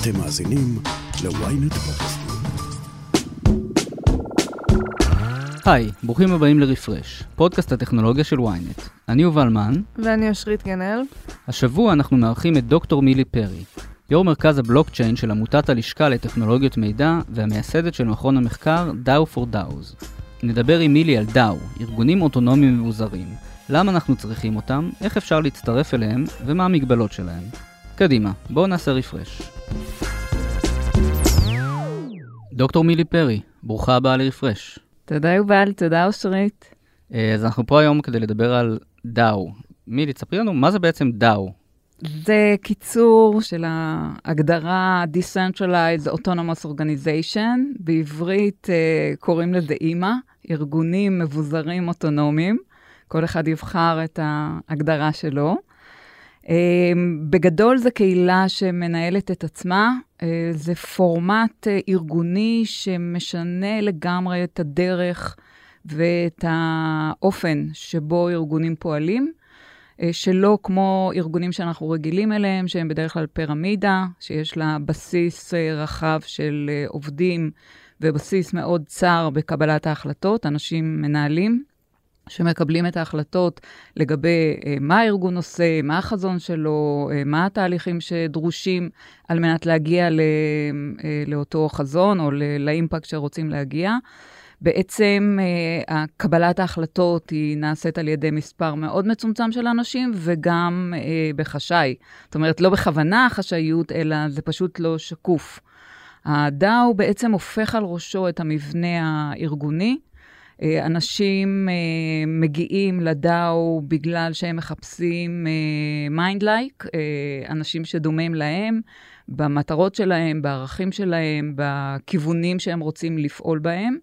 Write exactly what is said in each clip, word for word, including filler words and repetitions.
אתם מאזינים ל-ynet פודקאסט. היי, ברוכים הבאים לרפרש, פודקאסט הטכנולוגיה של ynet. אני יובל מן. ואני אושרית גנאל. השבוע אנחנו מארחים את דוקטור מילי פרי, יו"ר מרכז הבלוקצ'יין של עמותת הלשכה לטכנולוגיות מידע והמייסדת של מכון המחקר דאו פור דאוז. נדבר עם מילי על דאו, ארגונים אוטונומיים מבוזרים, למה אנחנו צריכים אותם, איך אפשר להצטרף אליהם ומה המגבלות שלהם. קדימה, בואו נעשה רפרש. דוקטור מילי פרי, ברוכה הבאה לרפרש. תודה יובל, תודה אושרית. אז אנחנו פה היום כדי לדבר על דאו. מילי, תספרי לנו מה זה בעצם דאו. זה קיצור של ההגדרה Decentralized Autonomous Organization, בעברית קוראים לזה אימא, ארגונים מבוזרים אוטונומיים, כל אחד יבחר את ההגדרה שלו. בגדול זה קהילה שמנהלת את עצמה, זה פורמט ארגוני שמשנה לגמרי את הדרך ואת האופן שבו ארגונים פועלים, שלא כמו ארגונים שאנחנו רגילים אליהם, שהם בדרך כלל פירמידה, שיש לה בסיס רחב של עובדים ובסיס מאוד צר בקבלת ההחלטות, אנשים מנהלים, שמקבלים את ההחלטות לגבי מה הארגון עושה, מה החזון שלו, מה התהליכים שדרושים על מנת להגיע לאותו חזון או לאימפקט שרוצים להגיע. בעצם קבלת ההחלטות היא נעשית על ידי מספר מאוד מצומצם של אנשים וגם בחשאי. זאת אומרת, לא בכוונה חשאיות, אלא זה פשוט לא שקוף. הדאו בעצם הופך על ראשו את המבנה הארגוני, אנשים uh, מגיעים לדאו בגלל שהם מחפשים מיינד uh, לייק, like, uh, אנשים שדומים להם, במטרות שלהם, בערכים שלהם, בכיוונים שהם רוצים לפעול בהם,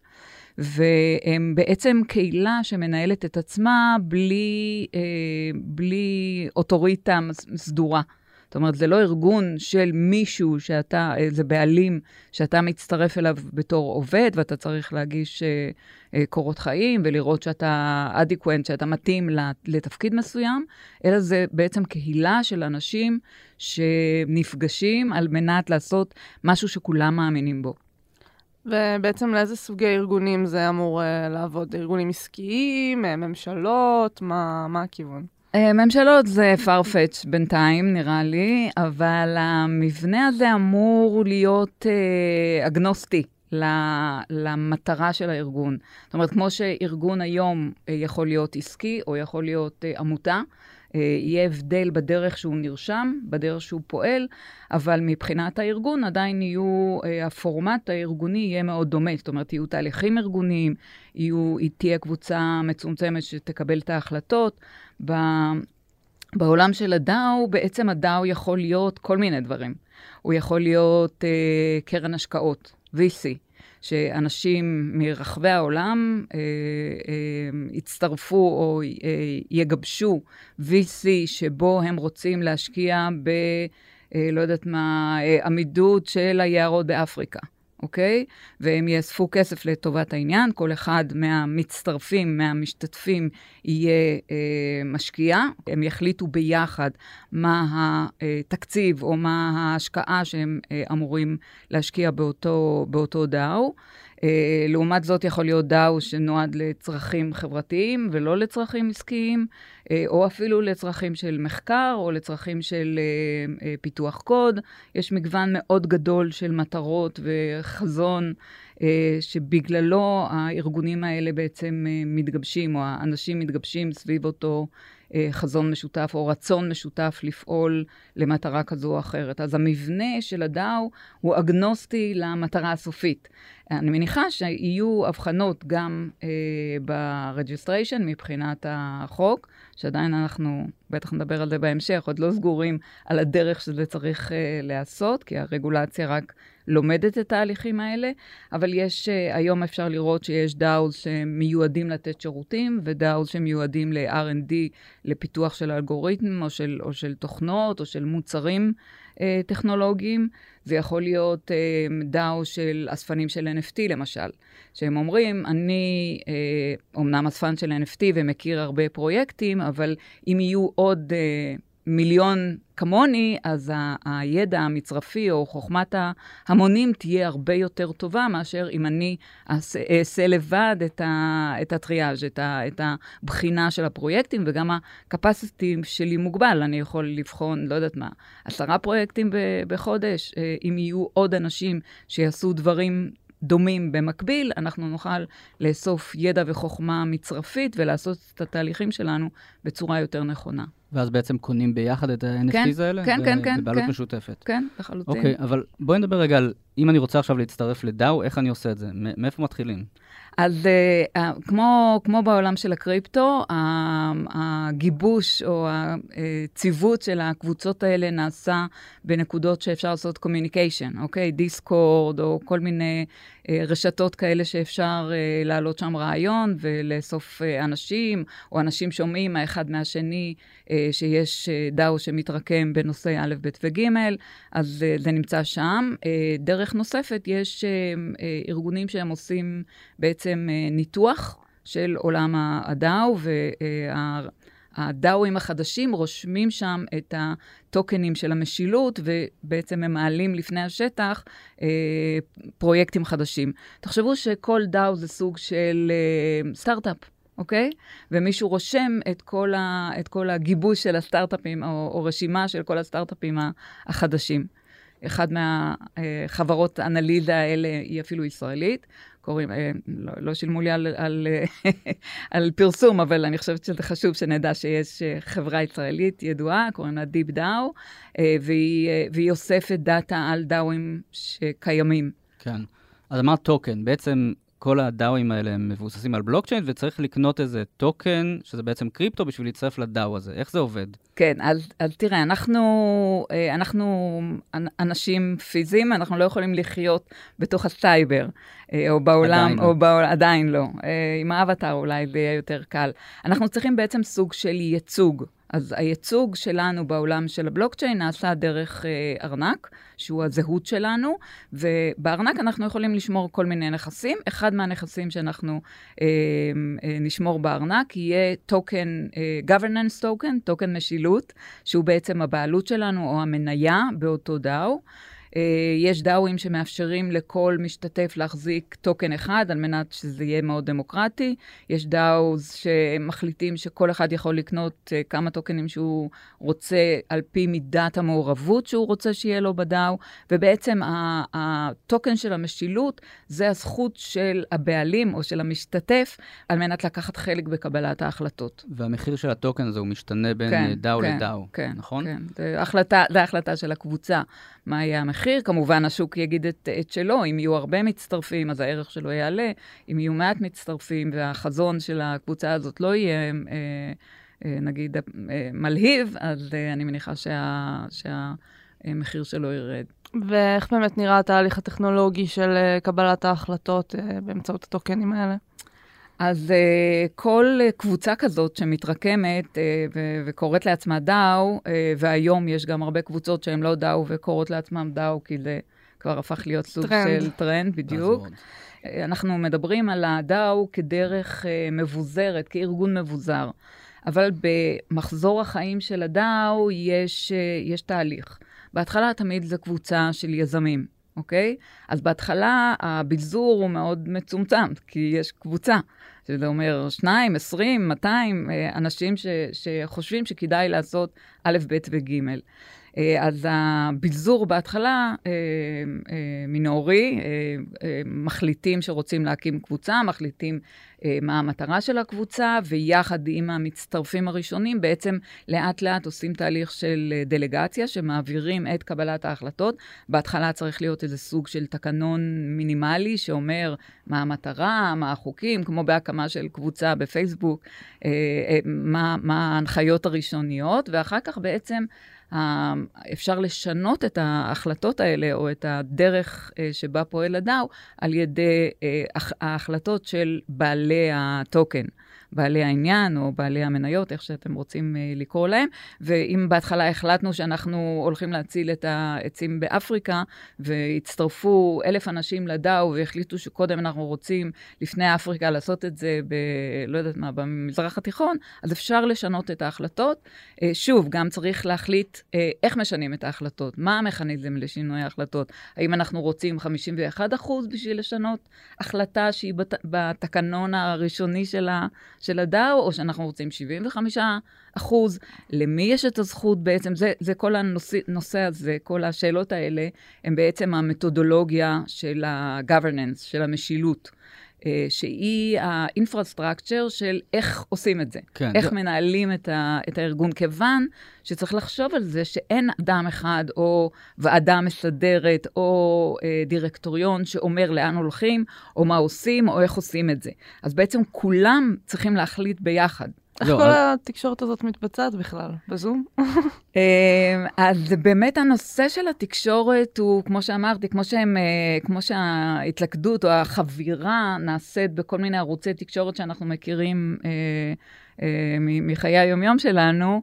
והם בעצם קהילה שמנהלת את עצמה בלי, uh, בלי אוטוריטה סדורה. זאת אומרת, זה לא ארגון של מישהו שאתה, זה בעלים שאתה מצטרף אליו בתור עובד, ואתה צריך להגיש uh, קורות חיים, ולראות שאתה אדיקוונט, שאתה מתאים לתפקיד מסוים, אלא זה בעצם קהילה של אנשים שנפגשים על מנת לעשות משהו שכולם מאמינים בו. ובעצם לאיזה סוגי ארגונים זה אמור uh, לעבוד? ארגונים עסקיים, ממשלות, מה, מה הכיוון? ממשלות זה farfetch בינתיים, נראה לי, אבל המבנה הזה אמור להיות אה, אגנוסטי למטרה של הארגון. זאת אומרת, כמו שארגון היום אה, יכול להיות עסקי או יכול להיות אה, עמותה, אה, יהיה הבדל בדרך שהוא נרשם, בדרך שהוא פועל, אבל מבחינת הארגון עדיין יהיו, אה, הפורמט הארגוני יהיה מאוד דומה. זאת אומרת, יהיו תהליכים ארגוניים, יהיו, תהיה קבוצה מצומצמת שתקבל את ההחלטות. בעולם של הדאו, בעצם הדאו יכול להיות כל מיני דברים. הוא יכול להיות אה, קרן השקעות, וי סי, שאנשים מרחבי העולם אה, אה, יצטרפו או אה, יגבשו וי סי שבו הם רוצים להשקיע ב, אה, לא יודעת מה, אה, עמידות של היערות באפריקה. אוקיי? והם יאספו כסף לטובת העניין, כל אחד מהמצטרפים, מהמשתתפים יהיה אה, משקיע, הם יחליטו ביחד מה התקציב או מה ההשקעה שהם אה, אמורים להשקיע באותו, באותו דאו. אה, לעומת זאת יכול להיות דאו שנועד לצרכים חברתיים ולא לצרכים עסקיים, אה, או אפילו לצרכים של מחקר או לצרכים של אה, אה, פיתוח קוד. יש מגוון מאוד גדול של מטרות וחזון אה, שבגללו הארגונים האלה בעצם אה, מתגבשים, או האנשים מתגבשים סביב אותו אה, חזון משותף או רצון משותף לפעול למטרה כזו או אחרת. אז המבנה של הדאו הוא אגנוסטי למטרה הסופית. אני מניחה שיהיו הבחנות גם אה, ברג'יסטריישן מבחינת החוק, שעדיין אנחנו, בטח נדבר על זה בהמשך, עוד לא סגורים על הדרך שזה צריך אה, לעשות, כי הרגולציה רק לומדת את ההליכים האלה, אבל יש, אה, היום אפשר לראות שיש דאוז שמיועדים לתת שירותים, ודאוז שמיועדים ל-אר אנד די, לפיתוח של אלגוריתם, או של, או של תוכנות, או של מוצרים אה, טכנולוגיים. זה יכול להיות אה, דאו של אספנים של אן אף טי למשל, שהם אומרים, אני אה, אומנם אספן של אן אף טי ומכיר הרבה פרויקטים, אבל אם יהיו עוד אה, מיליון כמוני, אז ה- הידע המצרפי או חוכמת ההמונים תהיה הרבה יותר טובה מאשר אם אני אעשה, אעשה לבד את, ה- את הטריאז', את, ה- את הבחינה של הפרויקטים, וגם הקפסיטי שלי מוגבל. אני יכול לבחון, לא יודעת מה, עשרה פרויקטים ב- בחודש. אם יהיו עוד אנשים שיעשו דברים דומים במקביל, אנחנו נוכל לאסוף ידע וחוכמה מצרפית ולעשות את התהליכים שלנו בצורה יותר נכונה. ואז בעצם קונים ביחד את ה-אן אף טיז כן, האלה? כן, ו- כן, כן, בבעלות כן. משותפת. כן, לחלוטין. אוקיי, אבל בואי נדבר רגע על, אם אני רוצה עכשיו להצטרף לדאו, איך אני עושה את זה? מ- מאיפה מתחילים? אז uh, uh, כמו, כמו בעולם של הקריפטו, uh, הגיבוש או הציוות של הקבוצות האלה נעשה בנקודות שאפשר לעשות communication, אוקיי? דיסקורד או כל מיני uh, רשתות כאלה שאפשר uh, להעלות שם רעיון ולאסוף uh, אנשים, או אנשים שומעים האחד מהשני uh, שיש uh, דאו שמתרקם בנושא א', ב' וג', אז uh, זה נמצא שם. Uh, דרך נוספת, יש uh, uh, ארגונים שהם עושים בעצם ניתוח של עולם הדאו, והדאוים החדשים רושמים שם את הטוקנים של המשילות, ובעצם הם מעלים לפני השטח אה, פרויקטים חדשים. תחשבו שכל דאו זה סוג של אה, סטארט-אפ, אוקיי? ומישהו רושם את כל, ה, את כל הגיבוש של הסטארט-אפים, או, או רשימה של כל הסטארט-אפים החדשים. אחד מהחברות אנליזה האלה היא אפילו ישראלית, קוראים, לא, לא שילמו לי על, על, על פרסום, אבל אני חושבת שזה חשוב שנדע שיש חברה ישראלית ידועה, קוראים לה דיפ דאו, והיא, והיא אוספת דאטה על דאוים שקיימים. כן. אז אמרת טוקן, בעצם כל הדאוים האלה הם מבוססים על בלוקצ'יין, וצריך לקנות איזה טוקן, שזה בעצם קריפטו, בשביל להצטרף לדאו הזה. איך זה עובד? כן, אז, אז תראה, אנחנו, אנחנו אנשים פיזיים, אנחנו לא יכולים לחיות בתוך הסייבר, או בעולם, עדיין או לא. בעול, עדיין לא. עם האבטר אולי זה יהיה יותר קל. אנחנו צריכים בעצם סוג של ייצוג. אז הייצוג שלנו בעולם של הבלוקצ'יין נעשה דרך אה, ארנק, שהוא הזהות שלנו, ובארנק אנחנו יכולים לשמור כל מיני נכסים. אחד מהנכסים שאנחנו אה, אה, נשמור בארנק יהיה טוקן, אה, governance token, טוקן משילות, שהוא בעצם הבעלות שלנו או המניה באותו דאו. יש דאוים שמאפשרים לכל משתתף להחזיק טוקן אחד, על מנת שזה יהיה מאוד דמוקרטי. יש דאוז שמחליטים שכל אחד יכול לקנות כמה טוקנים שהוא רוצה, על פי מידת המעורבות שהוא רוצה שיהיה לו בדאו, ובעצם הטוקן של המשילות זה הזכות של הבעלים או של המשתתף, על מנת לקחת חלק בקבלת ההחלטות. והמחיר של הטוקן הזה הוא משתנה בין כן, דאו כן, לדאו, כן, נכון? כן, זה החלטה, זה ההחלטה של הקבוצה. מה יהיה המחיר? כמובן, השוק יגיד את, את שלו. אם יהיו הרבה מצטרפים, אז הערך שלו יעלה. אם יהיו מעט מצטרפים, והחזון של הקבוצה הזאת לא יהיה, אה, אה, נגיד, אה, מלהיב, אז אה, אני מניחה שה, שהמחיר שלו ירד. ואיך באמת נראה התהליך הטכנולוגי של uh, קבלת ההחלטות uh, באמצעות הטוקנים האלה? אז uh, כל uh, קבוצה כזאת שמתרקמת uh, ו- וקוראת לעצמה דאו, uh, והיום יש גם הרבה קבוצות שהן לא דאו וקוראות לעצמם דאו, כי זה כבר הפך להיות סוג טרנד. של טרנד, בדיוק. Uh, אנחנו מדברים על הדאו כדרך uh, מבוזרת, כארגון מבוזר. אבל במחזור החיים של הדאו יש, uh, יש תהליך. בהתחלה תמיד זו קבוצה של יזמים. אוקיי? אז בהתחלה הביזור הוא מאוד מצומצם, כי יש קבוצה, שזה אומר שניים, עשרים, מאתיים אנשים ש, שחושבים שכדאי לעשות א', ב' וג'. אז הביזור בהתחלה אה, אה, מינורי, אה, אה, מחליטים שרוצים להקים קבוצה, מחליטים אה, מה המטרה של הקבוצה, ויחד עם המצטרפים הראשונים בעצם לאט לאט עושים תהליך של דלגציה, שמעבירים את קבלת ההחלטות. בהתחלה צריך להיות איזה סוג של תקנון מינימלי, שאומר מה המטרה, מה החוקים, כמו בהקמה של קבוצה בפייסבוק, אה, אה, מה, מה ההנחיות הראשוניות, ואחר כך בעצם אפשר לשנות את ההחלטות האלה, או את הדרך שבה פועל הדאו, על ידי ההחלטות של בעלי הטוקן. בעלי העניין או בעלי המניות, איך שאתם רוצים לקרוא להם, ואם בהתחלה החלטנו שאנחנו הולכים להציל את העצים באפריקה, והצטרפו אלף אנשים לדאו, והחליטו שקודם אנחנו רוצים לפני אפריקה לעשות את זה ב... לא יודעת מה, במזרח התיכון, אז אפשר לשנות את ההחלטות. שוב, גם צריך להחליט איך משנים את ההחלטות, מה המכניזם לשינוי ההחלטות. האם אנחנו רוצים חמישים ואחד אחוז בשביל לשנות החלטה שהיא בת... בתקנון הראשוני של, ה... של הדאו, או שאנחנו רוצים שבעים וחמישה אחוז, למי יש את הזכות בעצם, זה, זה כל הנושא, נושא הזה, כל השאלות האלה, הם בעצם המתודולוגיה של ה-governance, של המשילות. שהיא האינפרסטרקצ'ר של איך עושים את זה. כן. איך מנהלים את, ה, את הארגון, כיוון שצריך לחשוב על זה שאין אדם אחד או ועדה מסדרת או אה, דירקטוריון שאומר לאן הולכים או מה עושים או איך עושים את זה. אז בעצם כולם צריכים להחליט ביחד. איך כל התקשורת הזאת מתבצעת בכלל? בזום? אז באמת הנושא של התקשורת הוא, כמו שאמרתי, כמו שהם, כמו שההתלכדות או החבירה נעשית בכל מיני ערוצי תקשורת שאנחנו מכירים מחיי היומיום שלנו,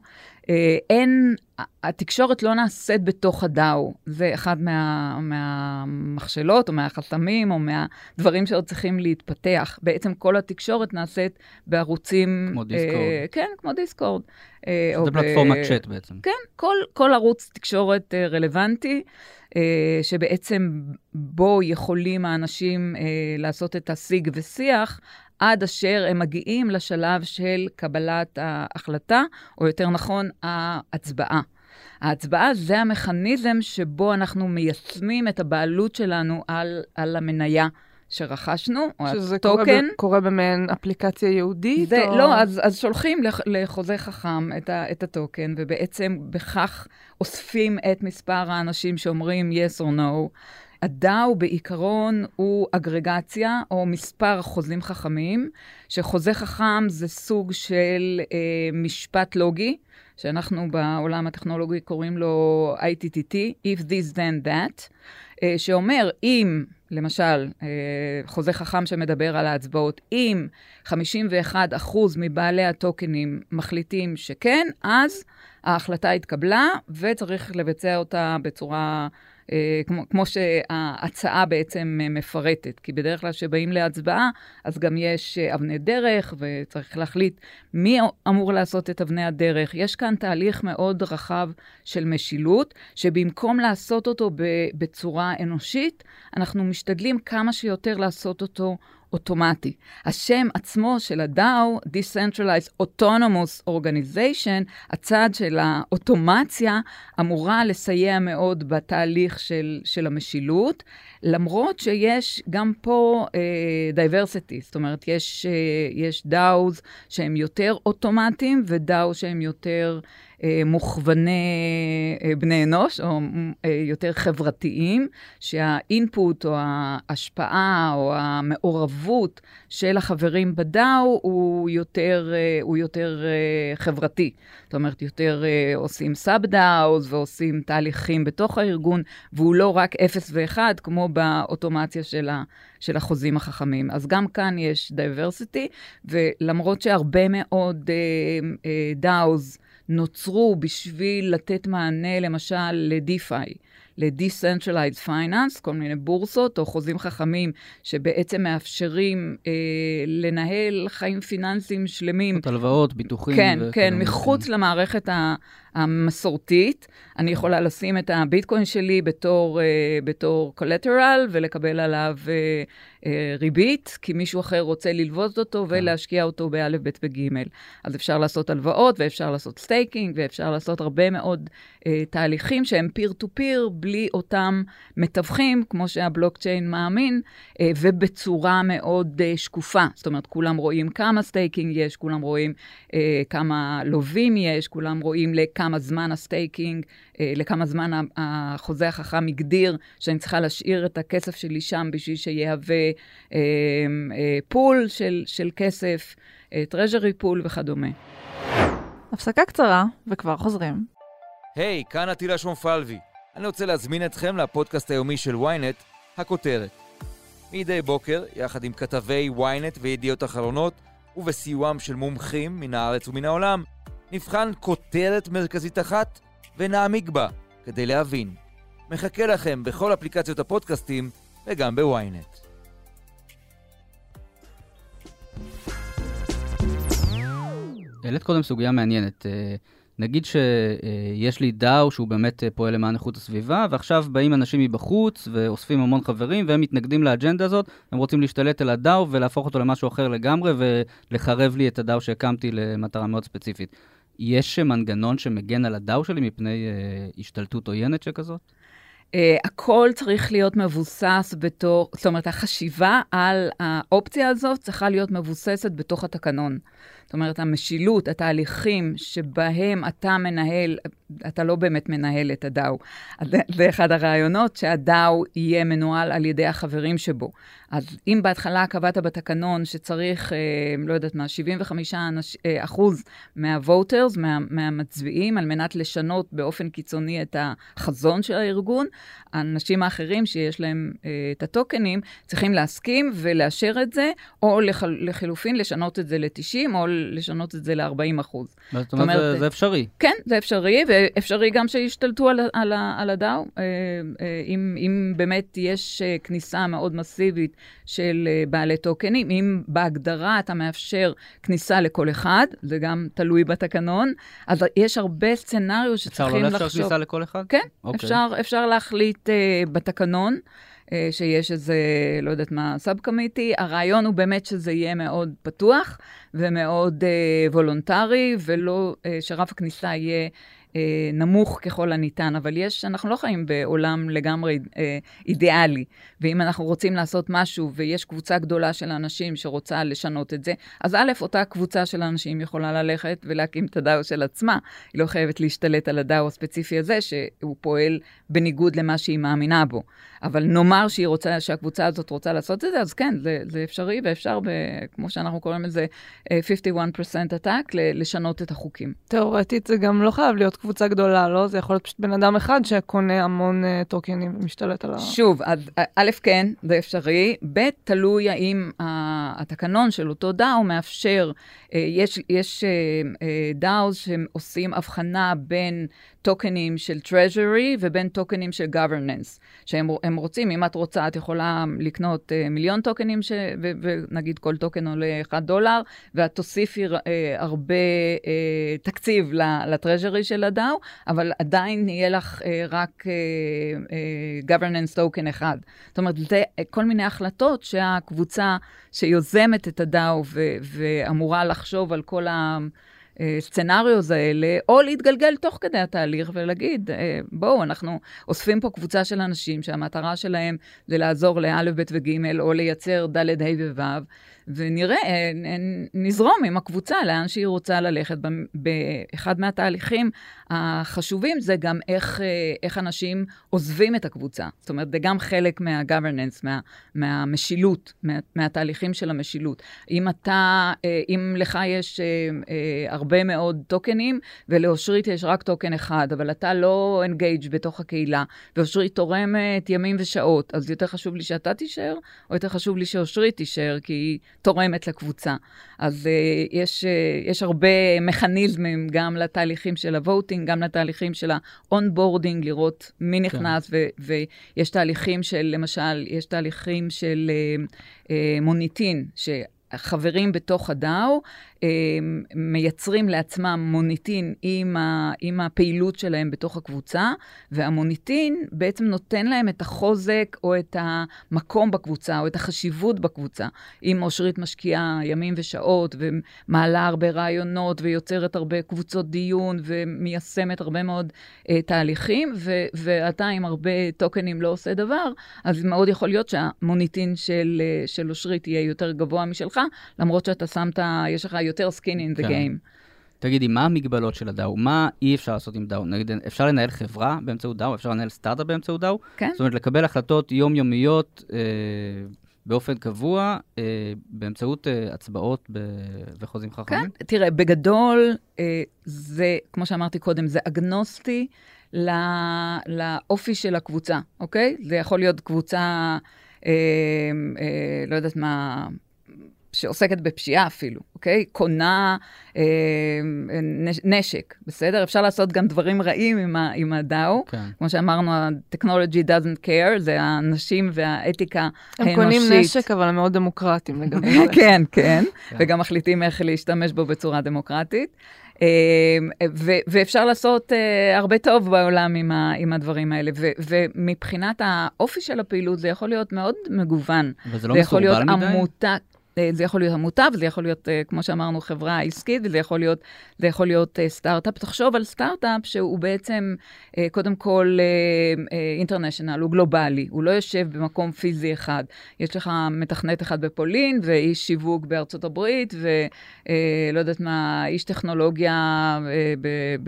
אין, התקשורת לא נעשית בתוך הדאו. זה אחד מה, מהמכשלות או מהחסמים או מהדברים שעוד צריכים להתפתח. בעצם כל התקשורת נעשית בערוצים... כמו דיסקורד. אה, כן, כמו דיסקורד. זה פלטפורמת צ'אט בעצם. כן, כל, כל ערוץ תקשורת אה, רלוונטי, אה, שבעצם בו יכולים האנשים אה, לעשות את השיג ושיח, עד אשר הם מגיעים לשלב של קבלת ההחלטה, או יותר נכון, ההצבעה. ההצבעה זה המכניזם שבו אנחנו מיישמים את הבעלות שלנו על, על המניה שרכשנו, או הטוקן. שזה קורה, ב- קורה במעין אפליקציה יהודית? זה, או... לא, אז, אז שולחים לחוזה חכם את, ה, את הטוקן, ובעצם בכך אוספים את מספר האנשים שאומרים yes or no. הדאו בעיקרון הוא אגרגציה או מספר חוזים חכמים, שחוזה חכם זה סוג של אה, משפט לוגי, שאנחנו בעולם הטכנולוגי קוראים לו איי טי טי טי, if this then that, אה, שאומר אם, למשל, אה, חוזה חכם שמדבר על ההצבעות, אם חמישים ואחד אחוז מבעלי הטוקנים מחליטים שכן, אז ההחלטה התקבלה וצריך לבצע אותה בצורה... כמו, כמו שההצעה בעצם מפרטת, כי בדרך כלל שבאים להצבעה, אז גם יש אבני דרך, וצריך להחליט מי אמור לעשות את אבני הדרך. יש כאן תהליך מאוד רחב של משילות, שבמקום לעשות אותו בצורה אנושית, אנחנו משתדלים כמה שיותר לעשות אותו אוטומטי. השם עצמו של הדאו, Decentralized Autonomous Organization, הצד של האוטומציה, אמורה לסייע מאוד בתהליך של, של המשילות, למרות שיש גם פה uh, diversity, זאת אומרת, יש, uh, יש דאוס שהם יותר אוטומטיים, ודאו שהם יותר uh, מוכווני uh, בני אנוש, או uh, יותר חברתיים, שהאינפוט או ההשפעה או המעורבות של החברים בדאו הוא יותר, uh, הוא יותר uh, חברתי. זאת אומרת, יותר uh, עושים סאב-דאוס ועושים תהליכים בתוך הארגון, והוא לא רק אפס ואחד, כמו באוטומציה של, ה, של החוזים החכמים. אז גם כאן יש diversity, ולמרות שהרבה מאוד uh, uh, דאוס נוצרו בשביל לתת מענה, למשל, ל-דיפיי, ל-Decentralized Finance, כל מיני בורסות או חוזים חכמים שבעצם מאפשרים אה, לנהל חיים פיננסיים שלמים. הלוואות, ביטוחים. כן, כן, מחוץ למערכת המסורתית. אני יכולה לשים את הביטקוין שלי בתור, אה, בתור collateral ולקבל עליו אה, אה, ריבית, כי מישהו אחר רוצה ללוות אותו ולהשקיע אותו באלף, בית וגימל. אז אפשר לעשות הלוואות ואפשר לעשות סטייקינג ואפשר לעשות הרבה מאוד אה, תהליכים שהם peer-to-peer, בלי אותם מתווכים, כמו שהבלוקצ'יין מאמין, אה, ובצורה מאוד אה, שקופה. זאת אומרת, כולם רואים כמה סטייקינג יש, כולם רואים אה, כמה לווים יש, כולם רואים לכמה זמן הסטייקינג, אה, לכמה זמן החוזה החכם הגדיר שאני צריכה להשאיר את הכסף שלי שם בשביל שיהווה אה, אה, פול של, של כסף, אה, טרז'רי פול וכדומה. הפסקה קצרה וכבר חוזרים. היי, hey, כאן עטילה שומפלבי. אני רוצה להזמין אתכם לפודקאסט היומי של וויינט, הכותרת. מדי בוקר, יחד עם כתבי וויינט וידיעות אחרונות, ובסיועם של מומחים מן הארץ ומן העולם, נבחן כותרת מרכזית אחת ונעמיק בה כדי להבין. מחכה לכם בכל אפליקציות הפודקאסטים וגם בוויינט. העלית קודם סוגיה מעניינת. נגיד שיש לי דאו שהוא באמת פועל למען איכות הסביבה, ועכשיו באים אנשים מבחוץ ואוספים המון חברים, והם מתנגדים לאג'נדה הזאת, הם רוצים להשתלט על הדאו ולהפוך אותו למשהו אחר לגמרי, ולחרב לי את הדאו שהקמתי למטרה מאוד ספציפית. יש מנגנון שמגן על הדאו שלי מפני השתלטות עוינת שכזאת? Uh, הכל צריך להיות מבוסס בתור, זאת אומרת, החשיבה על האופציה הזאת צריכה להיות מבוססת בתוך התקנון. זאת אומרת, המשילות, התהליכים שבהם אתה מנהל, אתה לא באמת מנהל את הדאו. זה אחד הרעיונות שהדאו יהיה מנוהל על ידי החברים שבו. אז אם בהתחלה קבעת בתקנון שצריך, אה, לא יודעת מה, שבעים וחמישה אחוז מהווטרס, מה, מהמצביעים, על מנת לשנות באופן קיצוני את החזון של הארגון, האנשים האחרים שיש להם אה, את הטוקנים, צריכים להסכים ולאשר את זה, או לחל, לחילופין לשנות את זה ל-תשעים, או לשנות את זה ל-ארבעים אחוז. זאת אומרת, זה, זה אפשרי. כן, זה אפשרי, ואפשרי גם שישתלטו על, על, על הדאו. אה, אה, אם, אם באמת יש אה, כניסה מאוד מסיבית של אה, בעלי טוקנים, אם בהגדרה אתה מאפשר כניסה לכל אחד, זה גם תלוי בתקנון, אז יש הרבה סצנריו שצריכים לחשוב. אפשר לא לאפשר כניסה לכל אחד? כן, אוקיי. אפשר, אפשר להחליט uh, בתקנון, uh, שיש איזה, לא יודעת מה, סאב קומיטי. הרעיון הוא באמת שזה יהיה מאוד פתוח ומאוד uh, וולונטרי, ולא uh, שרף הכניסה יהיה uh, נמוך ככל הניתן. אבל יש, אנחנו לא חיים בעולם לגמרי uh, אידיאלי, ואם אנחנו רוצים לעשות משהו ויש קבוצה גדולה של אנשים שרוצה לשנות את זה, אז א', אותה קבוצה של אנשים יכולה ללכת ולהקים את הדאו של עצמה. היא לא חייבת להשתלט על הדאו הספציפי הזה, שהוא פועל בניגוד למה שהיא מאמינה בו. אבל נאמר שהיא רוצה, שהקבוצה הזאת רוצה לעשות את זה, אז כן, זה, זה אפשרי, ואפשר, ב, כמו שאנחנו קוראים לזה, חמישים ואחד אחוז attack, לשנות את החוקים. תיאורטית זה גם לא חייב להיות קבוצה גדולה, לא? זה יכול להיות פשוט בן אדם אחד שקונה המון uh, טוקנים ומשתלט על ה... שוב, אז, א', כן, זה אפשרי. ב', תלוי האם התקנון של אותו דאו מאפשר, יש, יש דאו שעושים הבחנה בין טוקנים של treasury ובין טוקנים של governance, שהם הם רוצים, אם את רוצה, את יכולה לקנות uh, מיליון טוקנים, ש, ו, ונגיד כל טוקן עולה אחד דולר, ואת תוסיפי uh, הרבה uh, תקציב לטרז'רי של הדאו, אבל עדיין יהיה לך uh, רק uh, uh, governance טוקן אחד. זאת אומרת, זה uh, כל מיני החלטות שהקבוצה שיוזמת את הדאו ו- ואמורה לחשוב על כל ה... סצנריוז האלה, או להתגלגל תוך כדי התהליך ולהגיד, בואו, אנחנו אוספים פה קבוצה של אנשים שהמטרה שלהם זה לעזור לא' ב' וג' או לייצר ד' ה' וו', ונראה, נזרום עם הקבוצה לאן שהיא רוצה ללכת. באחד מהתהליכים החשובים זה גם איך, איך אנשים עוזבים את הקבוצה. זאת אומרת, זה גם חלק מה-governance, מה, מהמשילות, מה, מהתהליכים של המשילות. אם אתה, אם לך יש הרבה מאוד טוקנים, ולאושרית יש רק טוקן אחד, אבל אתה לא engage בתוך הקהילה, ואושרית תורמת ימים ושעות, אז יותר חשוב לי שאתה תישאר, או יותר חשוב לי שאושרית תישאר, כי היא תורמת לקבוצה. אז uh, יש, uh, יש הרבה מכניזמים גם לתהליכים של הווטינג, גם לתהליכים של ה-onboarding, לראות מי נכנס, כן. ו- ויש תהליכים של, למשל, יש תהליכים של uh, uh, מוניטין, שחברים בתוך הדאו, מייצרים לעצמם מוניטין עם, ה, עם הפעילות שלהם בתוך הקבוצה, והמוניטין בעצם נותן להם את החוזק או את המקום בקבוצה, או את החשיבות בקבוצה. אם אושרית משקיעה ימים ושעות, ומעלה הרבה רעיונות, ויוצרת הרבה קבוצות דיון, ומיישמת הרבה מאוד אה, תהליכים, ו, ואתה עם הרבה טוקנים לא עושה דבר, אז מאוד יכול להיות שהמוניטין של, של אושרית יהיה יותר גבוה משלך, למרות שאתה שמת, יש לך יותר skin in the game. תגידי, מה המגבלות של הדאו? מה אי אפשר לעשות עם דאו? נגיד, אפשר לנהל חברה באמצעות דאו? אפשר לנהל סטארט-אפ באמצעות דאו? כן. זאת אומרת, לקבל החלטות יומיומיות אה, באופן קבוע, אה, באמצעות אה, הצבעות ב... וחוזים חכמים? כן, תראה, בגדול, אה, זה, כמו שאמרתי קודם, זה אגנוסטי לא, לאופי של הקבוצה, אוקיי? זה יכול להיות קבוצה, אה, אה, לא יודעת מה... שעוסקת בפשיעה אפילו, אוקיי? קונה אה, נשק, בסדר? אפשר לעשות גם דברים רעים עם, ה, עם הדאו. Okay. כמו שאמרנו, ה-technology doesn't care, זה האנשים והאתיקה הם האנושית. הם קונים נשק, אבל הם מאוד דמוקרטיים לגבי זה. כן, כן, וגם מחליטים איך להשתמש בו בצורה דמוקרטית. ו- ואפשר לעשות uh, הרבה טוב בעולם עם, ה- עם הדברים האלה. ו- ומבחינת האופי של הפעילות, זה יכול להיות מאוד מגוון. וזה לא מסורבל מדי? עמותה, זה יכול להיות עמותה, וזה יכול להיות, uh, כמו שאמרנו, חברה עסקית, וזה יכול להיות, זה יכול להיות uh, סטארט-אפ. תחשוב על סטארט-אפ שהוא בעצם, uh, קודם כל, אינטרנשיונל, uh, uh, הוא גלובלי, הוא לא יושב במקום פיזי אחד. יש לך מתכנת אחד בפולין, ואיש שיווק בארצות הברית, ולא uh, יודעת מה, איש טכנולוגיה uh,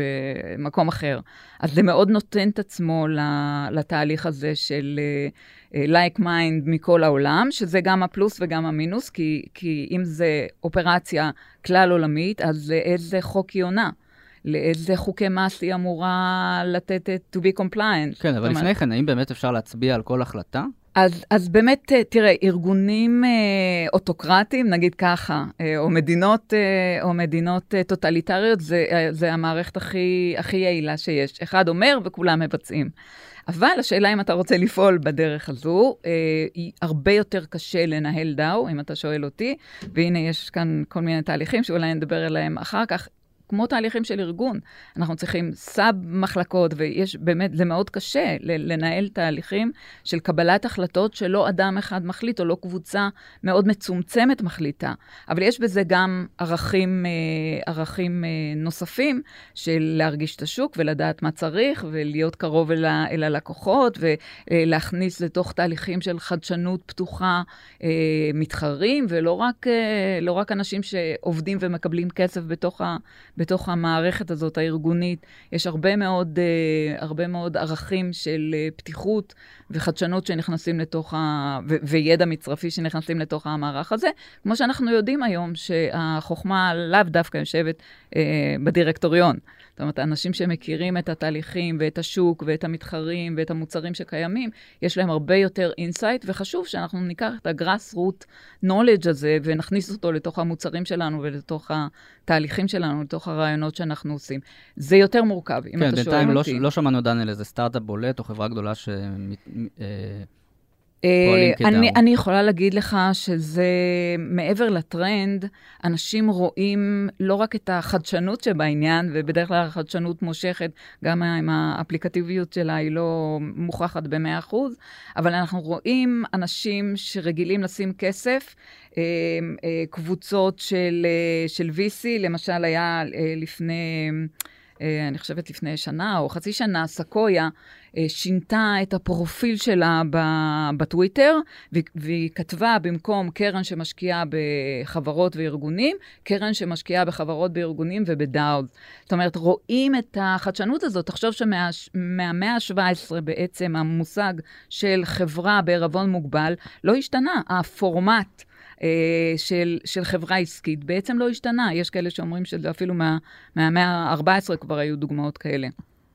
במקום אחר. אז זה מאוד נותן את עצמו לתהליך הזה של uh, like mind מכל העולם, שזה גם הפלוס וגם המינוס, כי, כי אם זה אופרציה כלל עולמית, אז איזה חוק היא עונה? לאיזה חוקי מס היא אמורה לתת את to be compliant? כן, אבל לפני כן, האם באמת אפשר להצביע על כל החלטה? אז, אז באמת, תראה, ארגונים אה, אוטוקרטיים, נגיד ככה, אה, או מדינות, אה, או מדינות אה, טוטליטריות, זה, אה, זה המערכת הכי, הכי יעילה שיש. אחד אומר וכולם מבצעים. אבל השאלה אם אתה רוצה לפעול בדרך הזו, אה, היא הרבה יותר קשה לנהל דאו, אם אתה שואל אותי, והנה יש כאן כל מיני תהליכים שאולי נדבר עליהם אחר כך, כמו תהליכים של ארגון. אנחנו צריכים סאב מחלקות, ויש באמת, זה מאוד קשה לנהל תהליכים של קבלת החלטות שלא אדם אחד מחליט, או לא קבוצה מאוד מצומצמת מחליטה. אבל יש בזה גם ערכים, ערכים נוספים של להרגיש את השוק ולדעת מה צריך, ולהיות קרוב אל, אל הלקוחות, ולהכניס לתוך תהליכים של חדשנות פתוחה מתחרים, ולא רק, לא רק אנשים שעובדים ומקבלים כסף בתוך ה... בתוך המערכת הזאת הארגונית, יש הרבה מאוד, uh, הרבה מאוד ערכים של uh, פתיחות וחדשנות שנכנסים לתוך ה... ו- וידע מצרפי שנכנסים לתוך המערך הזה, כמו שאנחנו יודעים היום שהחוכמה לאו דווקא יושבת uh, בדירקטוריון. זאת אומרת, האנשים שמכירים את התהליכים ואת השוק ואת המתחרים ואת המוצרים שקיימים, יש להם הרבה יותר אינסייט, וחשוב שאנחנו ניקח את הגראס רוט נולדג' הזה ונכניס אותו לתוך המוצרים שלנו ולתוך התהליכים שלנו, לתוך הרעיונות שאנחנו עושים. זה יותר מורכב, אם כן, אתה שואל לא, אותי. לא שמענו דן על איזה סטארט-אפ בולט או חברה גדולה ש... אני, אני יכולה להגיד לך שזה מעבר לטרנד, אנשים רואים לא רק את החדשנות שבעניין, ובדרך כלל החדשנות מושכת, גם עם האפליקטיביות שלה היא לא מוכחת ב-מאה אחוז, אבל אנחנו רואים אנשים שרגילים לשים כסף, קבוצות של, של וי סי, למשל היה לפני... אני חושבת לפני שנה או חצי שנה, סקויה שינתה את הפרופיל שלה בטוויטר, והיא כתבה במקום קרן שמשקיעה בחברות וארגונים, קרן שמשקיעה בחברות וארגונים ובדאו. זאת אומרת, רואים את החדשנות הזאת. תחשוב שמהמאה ה-שבע עשרה בעצם המושג של חברה בערבון מוגבל לא השתנה. הפורמט של, של חברה עסקית בעצם לא השתנה. יש כאלה שאומרים שזה אפילו מה, מהמאה ה-ארבע עשרה כבר היו דוגמאות כאלה.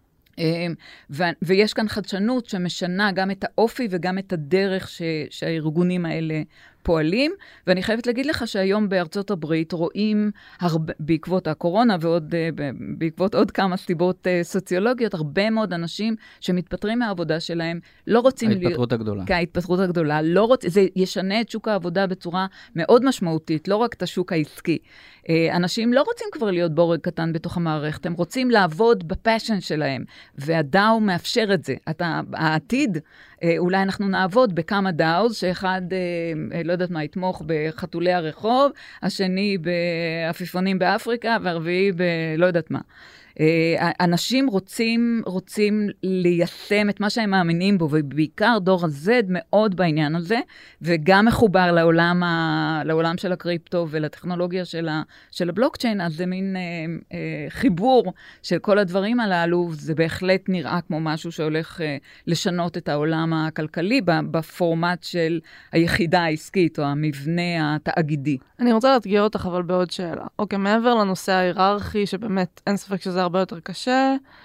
ו, ויש כאן חדשנות שמשנה גם את האופי וגם את הדרך ש, שהארגונים האלה פועלים, ואני חייבת להגיד לך שהיום בארצות הברית רואים, הרבה, בעקבות הקורונה ועוד, בעקבות עוד כמה סיבות סוציולוגיות, הרבה מאוד אנשים שמתפטרים מהעבודה שלהם, לא רוצים... ההתפטרות לי... הגדולה. כן, ההתפטרות הגדולה. לא רוצ... זה ישנה את שוק העבודה בצורה מאוד משמעותית, לא רק את השוק העסקי. אנשים לא רוצים כבר להיות בורג קטן בתוך המערכת, הם רוצים לעבוד בפשן שלהם, והדאו מאפשר את זה. אתה, העתיד, אולי אנחנו נעבוד בכמה דאוז, שאחד, לא יודעת מה, יתמוך בחתולי הרחוב, השני בעפיפונים באפריקה, והרביעי בלא יודעת מה. אנשים רוצים, רוצים ליישם את מה שהם מאמינים בו, ובעיקר דור ה-Z מאוד בעניין הזה, וגם מחובר לעולם, ה, לעולם של הקריפטו ולטכנולוגיה של, ה, של הבלוקצ'יין, אז זה מין אה, אה, חיבור של כל הדברים הללו, זה בהחלט נראה כמו משהו שהולך אה, לשנות את העולם הכלכלי, בפורמט של היחידה העסקית, או המבנה התאגידי. אני רוצה להתגיע אותך אבל בעוד שאלה. אוקיי, מעבר לנושא ההיררכי, שבאמת אין ספק שזה הרבה יותר קשה,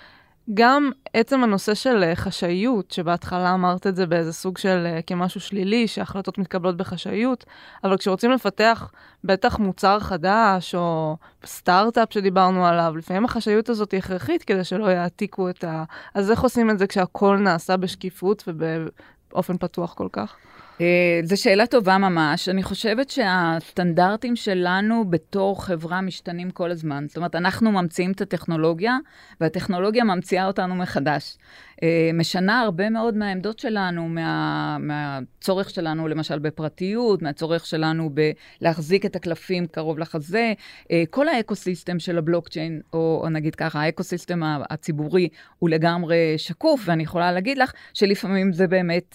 גם עצם הנושא של חשאיות, שבהתחלה אמרת את זה באיזה סוג של כמשהו שלילי, שהחלטות מתקבלות בחשאיות, אבל כשרוצים לפתח בטח מוצר חדש, או סטארט-אפ שדיברנו עליו, לפעמים החשאיות הזאת היא הכרחית כדי שלא יעתיקו את ה... אז איך עושים את זה כשהכל נעשה בשקיפות ובאופן פתוח כל כך? זו שאלה טובה ממש. אני חושבת שהסטנדרטים שלנו בתור חברה משתנים כל הזמן. זאת אומרת, אנחנו ממציאים את הטכנולוגיה, והטכנולוגיה ממציאה אותנו מחדש. משנה הרבה מאוד מהעמדות שלנו, מה, מהצורך שלנו, למשל בפרטיות, מהצורך שלנו בלהחזיק את הקלפים קרוב לחזה. כל האקוסיסטם של הבלוקצ'יין, או, או נגיד ככה, האקוסיסטם הציבורי הוא לגמרי שקוף, ואני יכולה להגיד לך שלפעמים זה באמת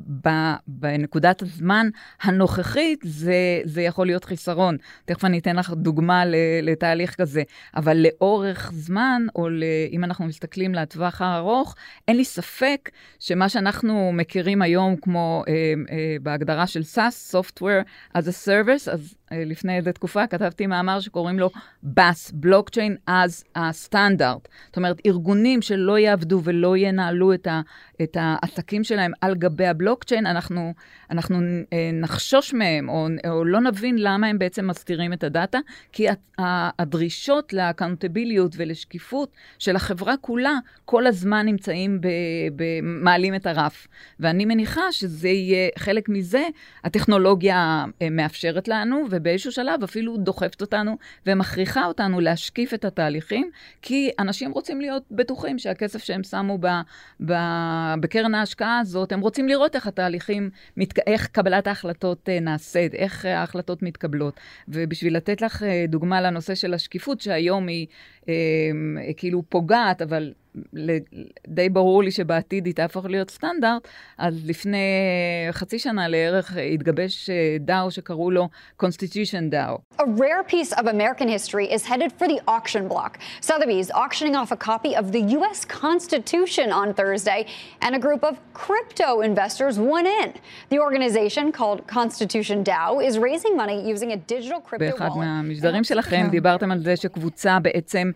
בנקודת הזמן הנוכחית, זה, זה יכול להיות חיסרון. תכף אני אתן לך דוגמה לתהליך כזה. אבל לאורך זמן, או אם אנחנו מסתכלים לטווח הארוך, אין לי ספק שמה שאנחנו מכירים היום כמו אה, אה, בהגדרה של סאס, Software as a Service, אז אה, לפני איזו תקופה כתבתי מאמר שקוראים לו באס, Blockchain as a Standard. זאת אומרת, ארגונים שלא יעבדו ולא ינהלו את, ה, את העסקים שלהם על גבי הבלוקצ'יין, אנחנו, אנחנו אה, נחשוש מהם, או, או לא נבין למה הם בעצם מסתירים את הדאטה, כי הדרישות לאקאונטביליות ולשקיפות של החברה כולה, כל הזמן נמצאים במעלים את הרף. ואני מניחה שזה יהיה חלק מזה, הטכנולוגיה מאפשרת לנו, ובאיזשהו שלב אפילו דוחפת אותנו, ומכריחה אותנו להשקיף את התהליכים, כי אנשים רוצים להיות בטוחים שהכסף שהם שמו ב, ב, בקרן ההשקעה הזאת, הם רוצים לראות איך התהליכים, איך קבלת ההחלטות נעשית, איך ההחלטות מתקבלות. ובשביל לתת לך דוגמה לנושא של השקיפות, שהיום היא אה, כאילו פוגעת, אבל די ברור לי שבעתיד היא תהפוך להיות סטנדרט, אז לפני חצי שנה לערך התגבש דאו שקראו לו Constitution דאו. A rare piece of American history is headed for the auction block. Sotheby's auctioning off a copy of the U S Constitution on Thursday, and a group of crypto investors won in. The organization called Constitution דאו is raising money using a digital crypto wallet. באחד מהמשדרים שלכם דיברתם על זה שקבוצה בעצם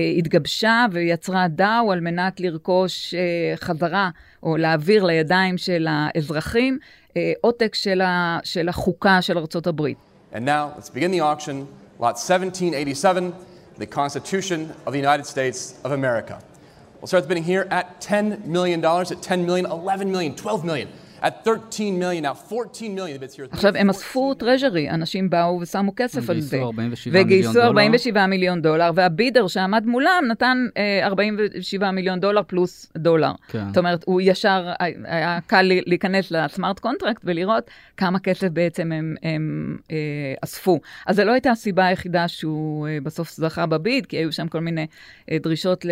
התגבשה ויצרה דאו על מנת לרכוש uh, חזרה, או להעביר לידיים של האזרחים, uh, עותק של, ה, של החוקה של ארצות הברית. And now, let's begin the auction. Lot seventeen eighty-seven, the Constitution of the United States of America. We'll start the bidding here at ten million dollars, at ten million dollars, eleven million dollars, twelve million dollars. At thirteen million, now fourteen million, the bids here. עכשיו, הם אספו טרז'רי, אנשים באו ושמו כסף על זה. וגייסו ארבעים ושבעה מיליון דולר, והבידר שעמד מולם נתן ארבעים ושבעה מיליון דולר פלוס דולר. זאת אומרת, הוא ישר, היה קל להיכנס לסמארט קונטרקט ולראות כמה כסף בעצם הם, הם אה, אספו. אז זה לא הייתה הסיבה היחידה שהוא אה, בסוף זכה בביד, כי היו שם כל מיני אה, דרישות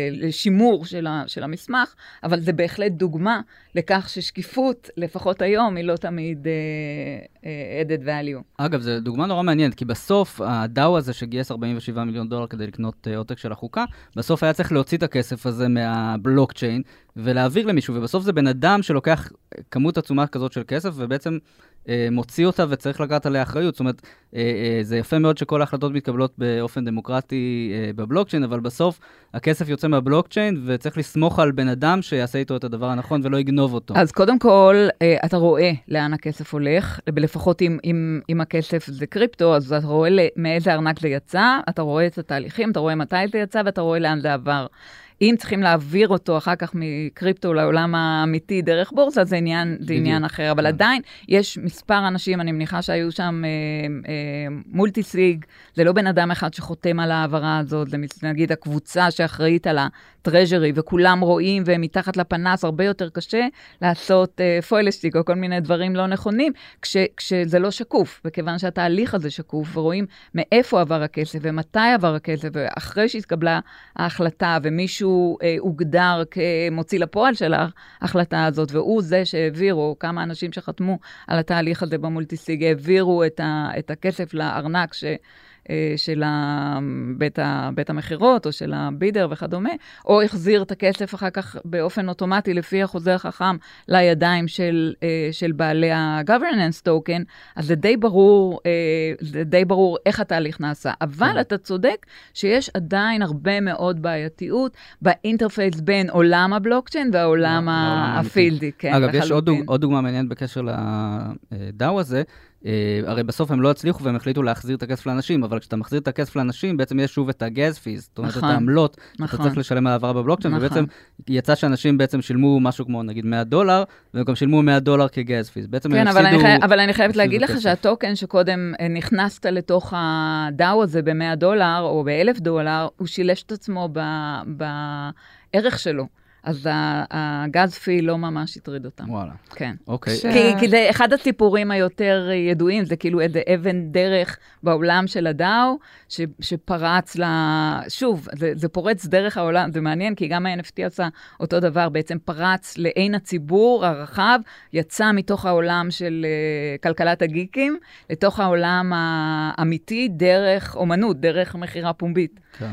לשימור של, ה, של המסמך, אבל זה בהחלט דוגמה לכך ששקיפות, לפחות היום, היא לא תמיד uh, uh, added value. אגב, זו דוגמה נורא מעניינת, כי בסוף, הדאו הזה שגייס ארבעים ושבעה מיליון דולר כדי לקנות uh, עותק של החוקה, בסוף היה צריך להוציא את הכסף הזה מהבלוקצ'יין, ולהעביר למישהו, ובסוף זה בן אדם שלוקח כמות עצומה כזאת של כסף, ובעצם אה, מוציא אותה וצריך לקחת עליה אחריות. זאת אומרת, אה, אה, זה יפה מאוד שכל ההחלטות מתקבלות באופן דמוקרטי אה, בבלוקצ'יין, אבל בסוף הכסף יוצא מהבלוקצ'יין, וצריך לסמוך על בן אדם שיעשה איתו את הדבר הנכון ולא יגנוב אותו. אז קודם כל, אה, אתה רואה לאן הכסף הולך, לפחות אם, אם, אם הכסף זה קריפטו, אז אתה רואה מאיזה ארנק זה יצא, אתה רואה את התהליכים, אתה רואה מתי זה יצא, ואתה רואה לאן זה עבר. אם צריכים להעביר אותו אחר כך מקריפטו לעולם האמיתי דרך בורסה, זה עניין, זה עניין אחר. אבל עדיין יש מספר אנשים, אני מניחה שהיו שם אה, אה, מולטיסיג, זה לא בן אדם אחד שחותם על העברה הזאת, זה נגיד הקבוצה שאחראית על הטרז'רי, וכולם רואים, ומתחת לפנס הרבה יותר קשה לעשות אה, פוילסטיק, או כל מיני דברים לא נכונים, כש, כשזה לא שקוף, וכיוון שהתהליך הזה שקוף, ורואים מאיפה עבר הכסף, ומתי עבר הכסף, ואחרי שהתקבלה ההחלטה, ומישהו הוא אה, הוגדר כמוציא לפועל של ההחלטה הזאת, והוא זה שהעבירו, כמה אנשים שחתמו על התהליך הזה במולטיסיג, העבירו את, ה, את הכסף לארנק ש, של בית, בית המחירות, או של הבידר וכדומה, או החזיר את הכסף אחר כך באופן אוטומטי, לפי החוזה החכם, לידיים של, של בעלי ה-governance token, אז זה די ברור, זה די ברור איך התהליך נעשה. אבל אתה צודק שיש עדיין הרבה מאוד בעייתיות באינטרפייס בין עולם הבלוקצ'יין והעולם הפילדי. אגב, יש עוד דוגמה מעניינת בקשר לדאו הזה, הרי בסוף הם לא הצליחו והם החליטו להחזיר את הכסף לאנשים, אבל כשאתה מחזיר את הכסף לאנשים, בעצם יש שוב את הגז פיז, זאת אומרת את העמלות, אתה צריך לשלם העברה בבלוקצ'יין, ובעצם יצא שאנשים בעצם שילמו משהו כמו נגיד מאה דולר, והם גם שילמו מאה דולר כגז פיז. כן, אבל אני חייבת להגיד לך שהטוקן שקודם נכנסת לתוך הדאו הזה ב-מאה דולר או ב-אלף דולר, הוא שילש את עצמו בערך שלו. אז הגז פי לא ממש הטריד אותם. וואלה. כן. אוקיי. כי, כי זה אחד הסיפורים היותר ידועים, זה כאילו איזה אבן דרך בעולם של הדאו, ש, שפרץ לה, שוב, זה, זה פורץ דרך העולם, זה מעניין, כי גם ה-אן אף טי עשה אותו דבר, בעצם פרץ לעין הציבור הרחב, יצא מתוך העולם של uh, כלכלת הגיקים, לתוך העולם האמיתי, דרך אומנות, דרך מחירה פומבית. כן.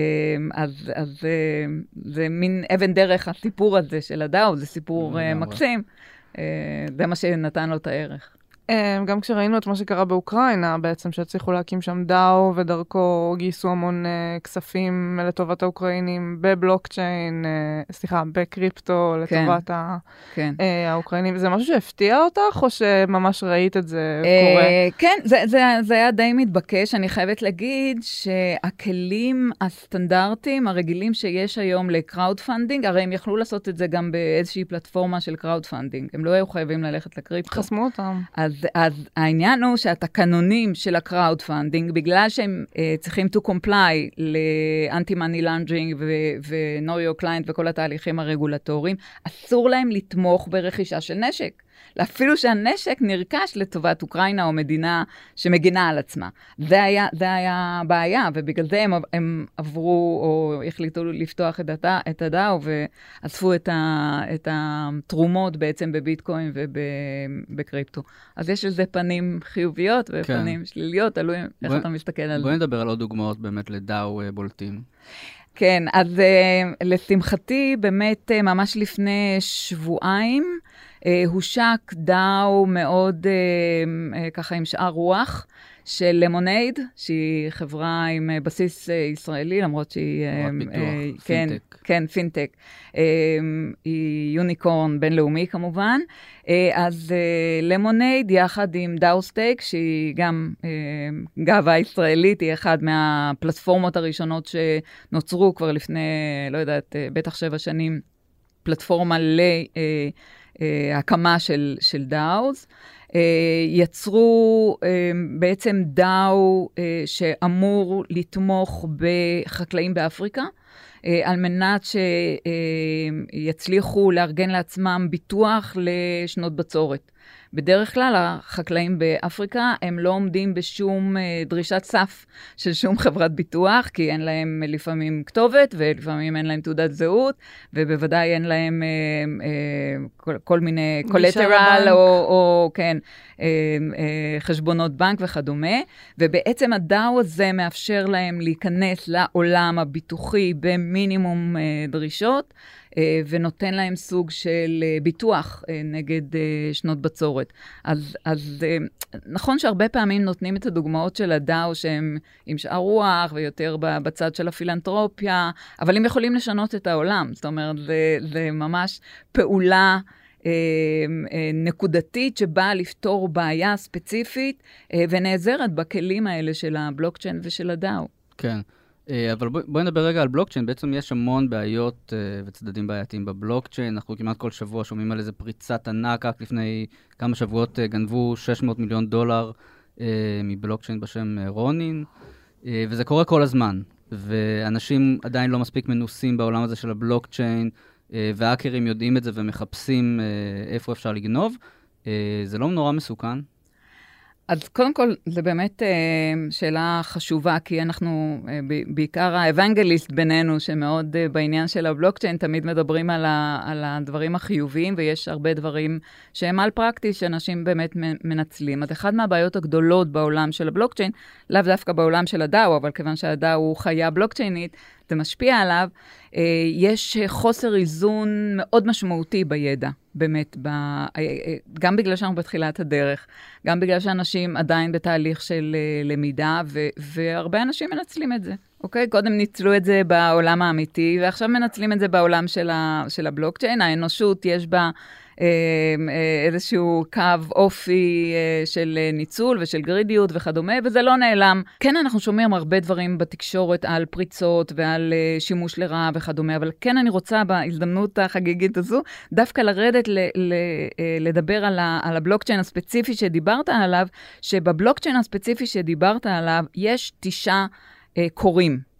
אז, אז זה מין אבן דרך הסיפור הזה של הדאו, זה סיפור מקסים, זה מה שנתן לו את הערך. גם כשראינו את מה שקרה באוקראינה, בעצם שהצליחו להקים שם דאו, ודרכו גייסו המון כספים לטובת האוקראינים בבלוקצ'יין, סליחה, בקריפטו, לטובת האוקראינים. זה משהו שהפתיע אותך, או שממש ראית את זה קורה? כן, זה היה די מתבקש. אני חייבת להגיד שהכלים הסטנדרטיים, הרגילים שיש היום לקראוד פנדינג, הרי הם יכלו לעשות את זה גם באיזושהי פלטפורמה של קראוד פנדינג. הם לא היו חייבים ללכת לקריפטו. חסמו אותם. אז אז העניין הוא שהתקנונים של הקראוד פנדינג, בגלל שהם uh, צריכים to comply לאנטי-מאני לאנדרינג ו-know your client וכל התהליכים הרגולטוריים, אסור להם לתמוך ברכישה של נשק. אפילו שהנשק נרכש לטובת אוקראינה או מדינה שמגינה על עצמה. זה היה, זה היה בעיה, ובגלל זה הם, הם עברו או החליטו לפתוח את, הדא, את הדאו ואספו את, ה, את התרומות בעצם בביטקוין ובקריפטו. אז יש לזה פנים חיוביות ופנים כן. שליליות, תלוי איך אתה מסתכל על זה. בואי נדבר על עוד דוגמאות באמת לדאו בולטים. כן, אז uh, לשמחתי באמת uh, ממש לפני שבועיים, Uh, הושק דאו מאוד uh, uh, ככה עם שאר רוח של למונייד, שהיא חברה עם uh, בסיס uh, ישראלי, למרות שהיא... Uh, פיתוח, uh, כן, פינטק. כן, פינטק. Uh, היא יוניקורן בינלאומי כמובן. Uh, אז uh, למונייד יחד עם דאו סטייק, שהיא גם uh, גאווה ישראלית, היא אחת מהפלטפורמות הראשונות שנוצרו כבר לפני, לא יודעת, uh, בטח שבע שנים, פלטפורמה ל... Uh, הקמה של, של דאוז, יצרו בעצם דאו שאמור לתמוך בחקלאים באפריקה, על מנת שיצליחו לארגן לעצמם ביטוח לשנות בצורת. בדרך כלל, החקלאים באפריקה, הם לא עומדים בשום דרישת סף של שום חברת ביטוח, כי אין להם לפעמים כתובת, ולפעמים אין להם תעודת זהות, ובוודאי אין להם אה, אה, כל, כל מיני קולטרל, או, או כן, אה, אה, חשבונות בנק וכדומה, ובעצם הדאו הזה מאפשר להם להיכנס לעולם הביטוחי במינימום אה, דרישות, ונותן להם סוג של ביטוח נגד שנות בצורת. אז, אז נכון שהרבה פעמים נותנים את הדוגמאות של הדאו שהם עם שאר רוח ויותר בצד של הפילנטרופיה, אבל הם יכולים לשנות את העולם. זאת אומרת, זה, זה ממש פעולה נקודתית שבאה לפתור בעיה ספציפית ונעזרת בכלים האלה של הבלוקצ'יין ושל הדאו. כן. אבל בואי בוא נדבר רגע על בלוקצ'יין. בעצם יש המון בעיות uh, וצדדים בעייתיים בבלוקצ'יין. אנחנו כמעט כל שבוע שומעים על איזה פריצת ענק. רק לפני כמה שבועות uh, גנבו שש מאות מיליון דולר uh, מבלוקצ'יין בשם uh, רונין, uh, וזה קורה כל הזמן. ואנשים עדיין לא מספיק מנוסים בעולם הזה של הבלוקצ'יין, uh, והאקרים יודעים את זה ומחפשים uh, איפה אפשר לגנוב. Uh, זה לא נורא מסוכן? אז קודם כל, זה באמת שאלה חשובה, כי אנחנו, בעיקר האבנגליסט בינינו, שמאוד בעניין של הבלוקצ'יין, תמיד מדברים על, ה, על הדברים החיוביים, ויש הרבה דברים שהם על פרקטי, שאנשים באמת מנצלים. אז אחד מהבעיות הגדולות בעולם של הבלוקצ'יין, לאו דווקא בעולם של הדאו, אבל כיוון שהדאו הוא חיה בלוקצ'יינית, זה משפיע עליו, יש חוסר איזון מאוד משמעותי בידע, באמת, ב... גם בגלל שאנחנו בתחילת הדרך, גם בגלל שאנשים עדיין בתהליך של למידה, ו... והרבה אנשים מנצלים את זה. אוקיי? קודם ניצלו את זה בעולם האמיתי, ועכשיו מנצלים את זה בעולם של, ה... של הבלוקצ'יין. האנושות יש בה איזשהו קו אופי של ניצול ושל גרידיות וכדומה, וזה לא נעלם. כן, אנחנו שומעים הרבה דברים בתקשורת על פריצות ועל שימוש לרעה וכדומה, אבל כן אני רוצה בהזדמנות החגיגית הזו, דווקא לרדת ל- ל- לדבר על, ה- על הבלוקצ'יין הספציפי שדיברת עליו, שבבלוקצ'יין הספציפי שדיברת עליו יש תשעה אה, קוראים.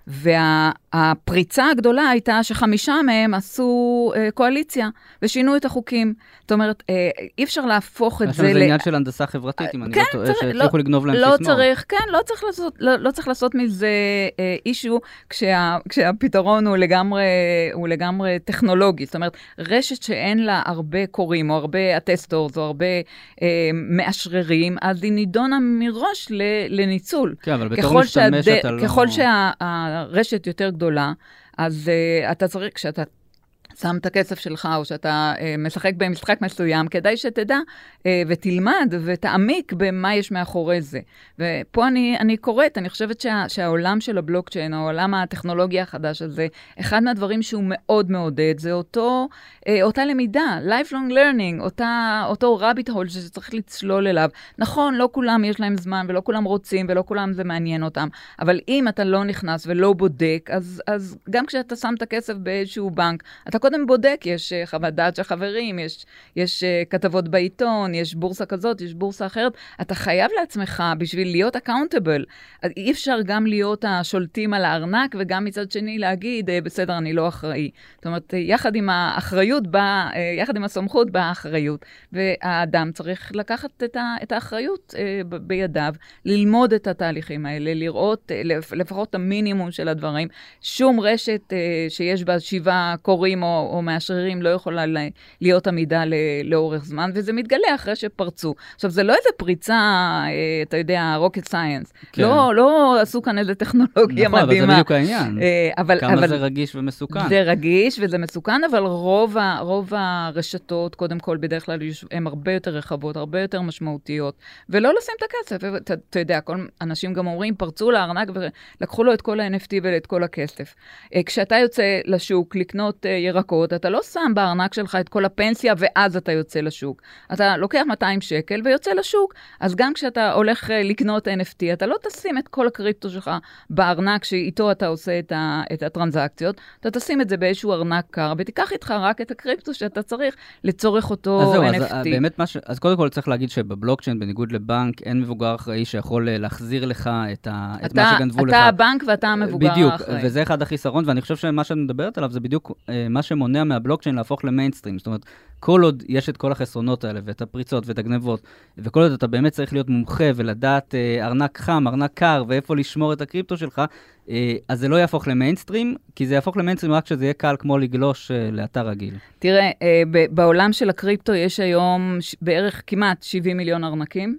והפריצה הגדולה הייתה שחמישה מהם עשו אה, קואליציה ושינו את החוקים. זאת אומרת, אה, אי אפשר להפוך את זה... זה עניין של הנדסה חברתית, אם אני לא טועה, שהצליחו לגנוב להם סיסמאות. לא צריך, כן, לא צריך לעשות, לא, לא צריך לעשות מזה אה, אישו, כשה, כשהפתרון הוא לגמרי, הוא לגמרי טכנולוגי. זאת אומרת, רשת שאין לה הרבה קוראים, או הרבה הטסטורס, או הרבה אה, מאשררים, אז היא נידונה מראש לניצול. כן, אבל בתור משתמש אתה לא... ככל שה... רשת יותר גדולה, אז uh, אתה צריך, כשאתה שם את הכסף שלך, או שאתה uh, משחק במשחק מסוים, כדאי שתדע uh, ותלמד ותעמיק במה יש מאחורי זה. ופה אני, אני קוראת, אני חושבת שה, שהעולם של הבלוקצ'יין, או העולם הטכנולוגיה החדש הזה, אחד מהדברים שהוא מאוד מעודד, זה אותו, uh, אותה למידה, lifelong learning, אותה, אותו rabbit hole שצריך לצלול אליו. נכון, לא כולם יש להם זמן, ולא כולם רוצים, ולא כולם זה מעניין אותם, אבל אם אתה לא נכנס ולא בודק, אז, אז גם כשאתה שם את הכסף באיזשהו בנק, אתה קודם בודק, יש uh, חוות דעת של חברים, יש, יש uh, כתבות בעיתון, יש בורסה כזאת, יש בורסה אחרת, אתה חייב לעצמך בשביל להיות accountable. אי אפשר גם להיות השולטים על הארנק, וגם מצד שני להגיד, בסדר, אני לא אחראי. זאת אומרת, יחד עם האחריות, בא, יחד עם הסמכות באה האחריות, והאדם צריך לקחת את, ה, את האחריות ב, בידיו, ללמוד את התהליכים האלה, לראות לפחות המינימום של הדברים. שום רשת שיש בה שבעה קוראים או, או מאשררים לא יכולה להיות עמידה לאורך זמן, וזה מתגלה אחרי שפרצו. עכשיו, זה לא איזה פריצה, אתה יודע, rocket science. כן. לא, לא עשו כאן איזה טכנולוגיה נכון, מדהימה. נכון, אבל זה בדיוק העניין. אבל, כמה אבל, זה רגיש ומסוכן. זה רגיש וזה מסוכן, אבל רוב, ה, רוב הרשתות, קודם כל, בדרך כלל, הן הרבה יותר רחבות, הרבה יותר משמעותיות, ולא לשים את הכסף. אתה, אתה יודע, כל אנשים גם אומרים, פרצו לארנק ולקחו לו את כל ה-אן אף טי ואת כל הכסף. כשאתה יוצא לשוק לקנות ירקות, אתה לא שם בארנק שלך את כל הפנסיה, ואז אתה יוצא לשוק. אתה לוקח מאתיים שקל ויוצא לשוק. אז גם כשאתה הולך לקנות אן אף טי, אתה לא תשים את כל הקריפטו שלך בארנק שאיתו אתה עושה את, ה, את הטרנזקציות, אתה תשים את זה באיזשהו ארנק קר, ותיקח איתך רק את הקריפטו שאתה צריך לצורך אותו אז זהו, אן אף טי. אז, באמת ש... אז קודם כל צריך להגיד שבבלוקצ'יין, בניגוד לבנק, אין מבוגר אחראי שיכול להחזיר לך את, ה... אתה, את מה שגנבו אתה לך. אתה הבנק ואתה המבוגר בדיוק, האחראי. בדיוק, וזה אחד החיסרון, ואני חושב שמה שאת מדברת עליו זה בדיוק מה שמונע מהבלוקצ'יין להפוך למיינסטרים. זאת אומרת, כל עוד יש את כל החסרונות האלה, ואת הפריצות ואת הגנבות, וכל עוד אתה באמת צריך להיות מומחה ולדעת אה, ארנק חם, ארנק קר, ואיפה לשמור את הקריפטו שלך, אה, אז זה לא יהפוך למיינסטרים, כי זה יהפוך למיינסטרים רק שזה יהיה קל כמו לגלוש אה, לאתר רגיל. תראה, אה, ב- בעולם של הקריפטו יש היום ש- בערך כמעט שבעים מיליון ארנקים,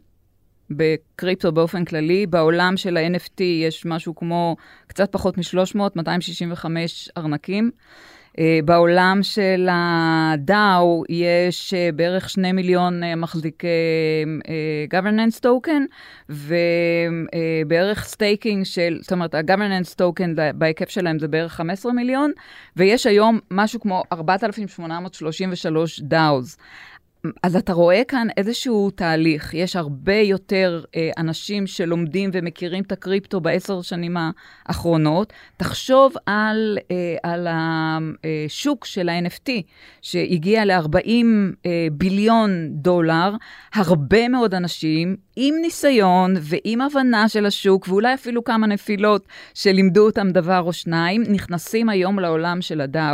בקריפטו באופן כללי. בעולם של ה-אן אף טי יש משהו כמו קצת פחות מ-שלוש מאות, מאתיים שישים וחמש ארנקים. Uh, בעולם של הדאו יש uh, בערך שני מיליון uh, מחזיקי uh, governance token, ובערך uh, סטייקינג של, זאת אומרת, ה-governance token בהיקף שלהם זה בערך חמישה עשר מיליון, ויש היום משהו כמו ארבעת אלפים שמונה מאות שלושים ושלוש דאוז. אז אתה רואה כאן איזשהו תהליך, יש הרבה יותר אה, אנשים שלומדים ומכירים את הקריפטו בעשר שנים האחרונות. תחשוב על, אה, על השוק של ה-אן אף טי, שהגיע ל-ארבעים אה, ביליון דולר, הרבה מאוד אנשים עם ניסיון ועם הבנה של השוק, ואולי אפילו כמה נפילות שלימדו אותם דבר או שניים, נכנסים היום לעולם של הדאו.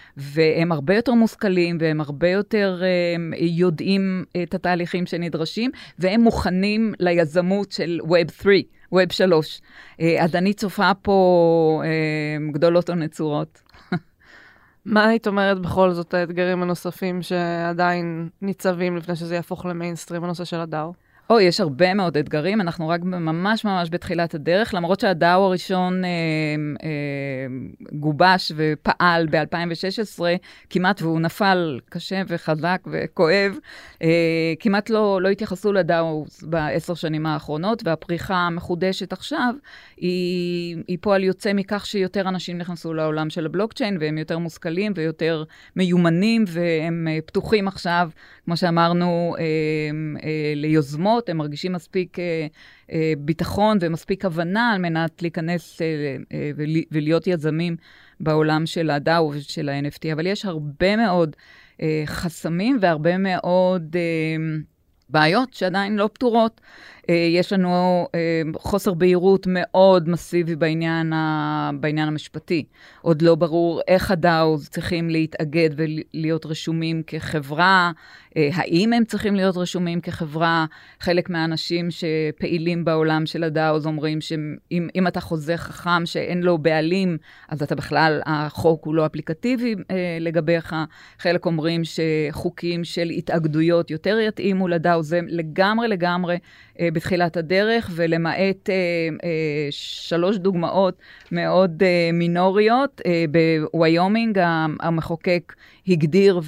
והם הרבה יותר מושכלים, והם הרבה יותר um, יודעים את התהליכים שנדרשים, והם מוכנים ליזמות של ווב שלוש, ווב שלוש. Uh, אז אני צופה פה uh, גדולות או נצורות. מה היית אומרת בכל זאת האתגרים הנוספים שעדיין ניצבים לפני שזה יהפוך למיינסטרים בנושא של הדאו? או, יש הרבה מאוד אתגרים, אנחנו רק ממש ממש בתחילת הדרך, למרות שהדאו הראשון אה, אה, גובש ופעל ב-אלפיים ושש עשרה, כמעט והוא נפל קשה וחזק וכואב, אה, כמעט לא, לא התייחסו לדאו בעשר שנים האחרונות, והפריחה המחודשת עכשיו היא, היא פועל יוצא מכך שיותר אנשים נכנסו לעולם של הבלוקצ'יין, והם יותר מושכלים ויותר מיומנים, והם פתוחים עכשיו, כמו שאמרנו, אה, אה, ליוזמות, הם מרגישים מספיק אה, אה, ביטחון ומספיק הבנה על מנת להיכנס אה, אה, ולהיות יזמים בעולם של הדאו ושל ה-אן אף טי. אבל יש הרבה מאוד אה, חסמים והרבה מאוד אה, בעיות שעדיין לא פתורות. יש לנו חוסר בהירות מאוד מסיבי בעניין, ה... בעניין המשפטי. עוד לא ברור איך הדאוז צריכים להתאגד ולהיות רשומים כחברה, האם הם צריכים להיות רשומים כחברה. חלק מהאנשים שפעילים בעולם של הדאוז אומרים שאם אם אתה חוזה חכם שאין לו בעלים, אז אתה בכלל, החוק הוא לא אפליקטיבי לגביך. חלק אומרים שחוקים של התאגדויות יותר יתאימו לדאוז, זה לגמרי לגמרי בתחילת הדרך, ולמעט אה, אה, שלוש דוגמאות מאוד אה, מינוריות, אה, בוויומינג המחוקק הגדיר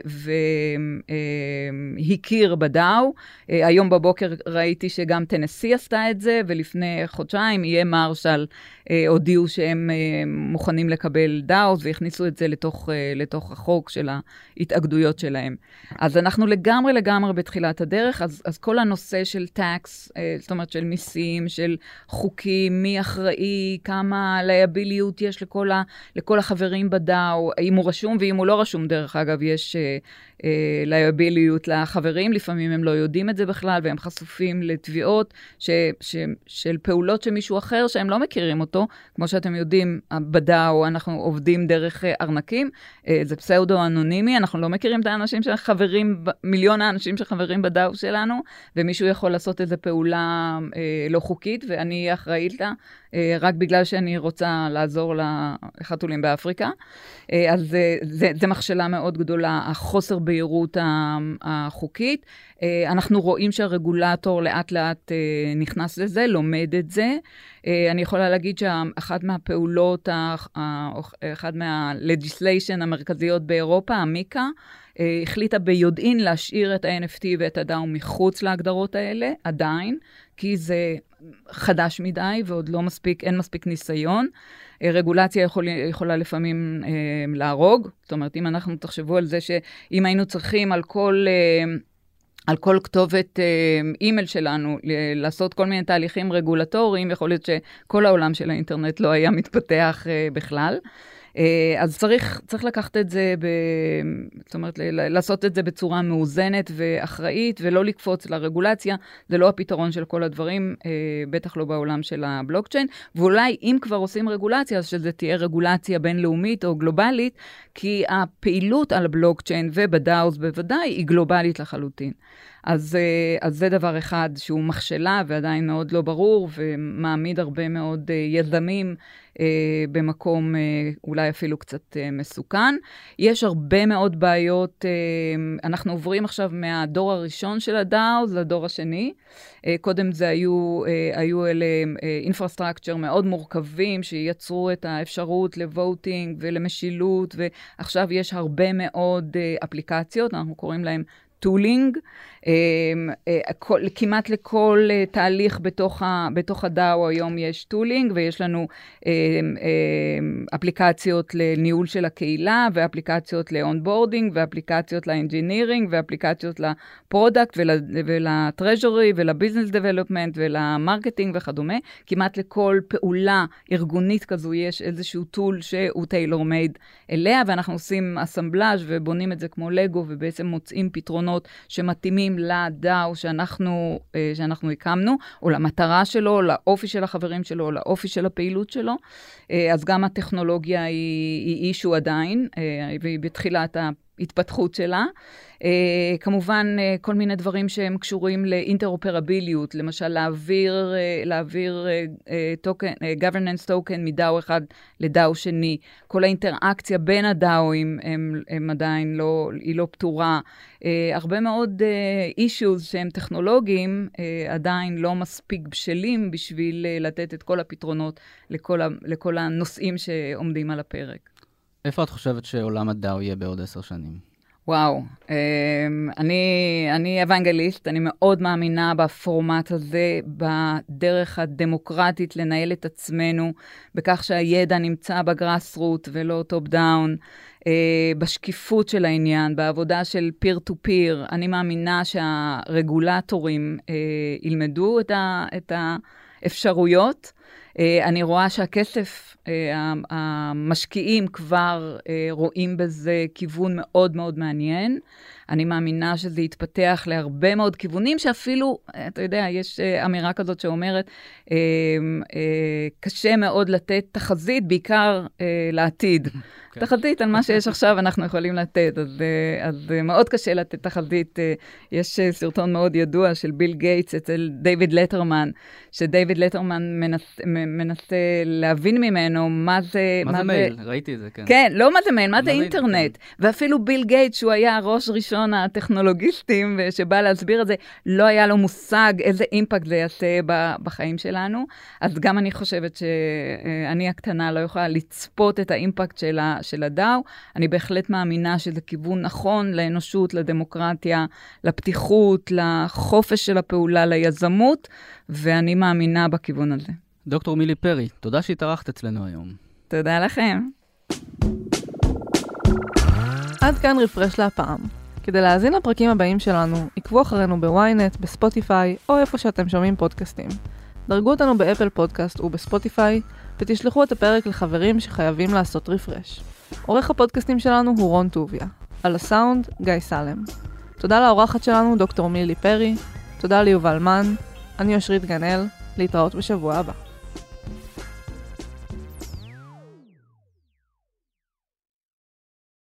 והכיר בדאו. אה, היום בבוקר ראיתי שגם טנסי עשתה את זה, ולפני חודשיים יהיה מרשל אה, הודיעו שהם אה, מוכנים לקבל דאו, והכניסו את זה לתוך, אה, לתוך החוק של ההתאגדויות שלהם. אז אנחנו לגמרי לגמרי בתחילת הדרך, אז, אז כל הנושא של טקס, זאת אומרת של מיסים, של חוקים, מי אחראי, כמה לייביליות יש לכל, ה, לכל החברים בדאו, אם הוא רשום ואם הוא לא רשום, דרך אגב, יש אה, אה, לייביליות לחברים, לפעמים הם לא יודעים את זה בכלל, והם חשופים לתביעות ש, ש, של פעולות שמישהו אחר שהם לא מכירים אותו, כמו שאתם יודעים, בדאו אנחנו עובדים דרך ארנקים, אה, זה פסאודו אנונימי, אנחנו לא מכירים את האנשים שחברים, מיליון האנשים שחברים בדאו שלנו, ומישהו יכול לעשות איזו פעולה אה, לא חוקית, ואני אהיה אחראית לה, אה, רק בגלל שאני רוצה לעזור לחתולים באפריקה. אה, אז אה, זה, זה מכשלה מאוד גדולה, החוסר בהירות החוקית. אה, אנחנו רואים שהרגולטור לאט לאט אה, נכנס לזה, לומד את זה. אה, אני יכולה להגיד שאחת מהפעולות, אחת מה-legislation המרכזיות באירופה, המיקה, החליטה ביודעין להשאיר את ה-אן אף טי ואת הדאו מחוץ להגדרות האלה, עדיין, כי זה חדש מדי ועוד לא מספיק, אין מספיק ניסיון. רגולציה יכול, יכולה לפעמים אה, להרוג, זאת אומרת, אם אנחנו תחשבו על זה שאם היינו צריכים על כל... אה, על כל כתובת אימייל שלנו, לעשות כל מיני תהליכים רגולטוריים, יכול להיות שכל העולם של האינטרנט לא היה מתפתח בכלל. אז צריך, צריך לקחת את זה, ב, זאת אומרת, לעשות את זה בצורה מאוזנת ואחראית, ולא לקפוץ לרגולציה. זה לא הפתרון של כל הדברים, בטח לא בעולם של הבלוקצ'יין. ואולי אם כבר עושים רגולציה, אז שזה תהיה רגולציה בינלאומית או גלובלית, כי הפעילות על הבלוקצ'יין ובדאוז בוודאי היא גלובלית לחלוטין. אז, אז זה דבר אחד שהוא מכשלה ועדיין מאוד לא ברור, ומעמיד הרבה מאוד יזמים אה, במקום אה, אולי אפילו קצת אה, מסוכן. יש הרבה מאוד בעיות, אה, אנחנו עוברים עכשיו מהדור הראשון של הדאוז לדור השני. אה, קודם זה היו, אה, היו אלה אינפרסטרקצ'ר מאוד מורכבים שיצרו את האפשרות לווטינג ולמשילות, ועכשיו יש הרבה מאוד אה, אפליקציות, אנחנו קוראים להם טולינג, כמעט לכל תהליך בתוך, בתוך הדאו היום יש טולינג, ויש לנו אפליקציות לניהול של הקהילה, ואפליקציות לאונבורדינג, ואפליקציות לאנג'ינירינג, ואפליקציות לפרודקט, ולטרז'רי, ולביזנס דבלופמנט, ולמרקטינג וכדומה. כמעט לכל פעולה ארגונית כזו יש איזשהו טול שהוא טיילור מייד אליה, ואנחנו עושים אסמבלאז' ובונים את זה כמו לגו, ובעצם מוצאים פתרונות פתרונות שמתאימים לדאו שאנחנו, שאנחנו הקמנו, או למטרה שלו, או לאופי של החברים שלו, או לאופי של הפעילות שלו. אז גם הטכנולוגיה היא, היא אישו עדיין, והיא בתחילת ההתפתחות שלה. Uh, כמובן, uh, כל מיני דברים שהם קשורים לאינטרופרביליות, למשל להעביר, uh, להעביר uh, uh, token, uh, governance token מדאו אחד לדאו שני. כל האינטראקציה בין הדאוים הם, הם עדיין לא, היא לא פתורה. Uh, הרבה מאוד uh, issues שהם טכנולוגיים uh, עדיין לא מספיק בשלים בשביל uh, לתת את כל הפתרונות לכל, ה, לכל הנושאים שעומדים על הפרק. איפה את חושבת שעולם הדאו יהיה בעוד עשר שנים? וואו, אני, אני אוונגליסט, אני מאוד מאמינה בפורמט הזה, בדרך הדמוקרטית לנהל את עצמנו, בכך שהידע נמצא בגראסרוט ולא טופ דאון, בשקיפות של העניין, בעבודה של פיר טו פיר. אני מאמינה שהרגולטורים ילמדו את ה, את האפשרויות. אני רואה שהכסף, המשקיעים כבר רואים בזה כיוון מאוד מאוד מעניין. אני מאמינה שזה יתפתח להרבה מאוד כיוונים שאפילו, אתה יודע, יש אמירה כזאת שאומרת, קשה מאוד לתת תחזית, בעיקר לעתיד. תחזית על מה שיש עכשיו אנחנו יכולים לתת, אז, אז מאוד קשה לתת תחזית. יש סרטון מאוד ידוע של ביל גייטס אצל דיוויד לטרמן, שדיוויד לטרמן מנסה, מנסה להבין ממנו מה זה... מה, מה זה מייל? ראיתי את זה, כן. כן, לא מה זה מייל, מה זה אינטרנט. כן. ואפילו ביל גייטס, שהוא היה ראש ראשון הטכנולוגיסטים, שבא להסביר את זה, לא היה לו מושג איזה אימפקט זה יעשה בחיים שלנו. אז גם אני חושבת שאני הקטנה לא יכולה לצפות את האימפקט שלה, של הדאו. אני בהחלט מאמינה שזה כיוון נכון לאנושות, לדמוקרטיה, לפתיחות, לחופש של הפעולה, ליזמות, ואני מאמינה בכיוון הזה. דוקטור מילי פרי, תודה שהתארחת אצלנו היום. תודה לכם. עד כאן רפרש להפעם. כדי להאזין לפרקים הבאים שלנו, עקבו אחרינו בוויינט, בספוטיפיי, או איפה שאתם שומעים פודקאסטים. דרגו אותנו באפל פודקאסט ובספוטיפיי, ותשלחו את הפרק לחברים שחייבים לעשות רפרש. עורך הפודקאסטים שלנו הוא רון טוביה. על הסאונד, גיא סלם. תודה לאורחת שלנו, דוקטור מילי פרי. תודה ליובל מן. אני אושרית גנאל. להתראות בשבוע הבא.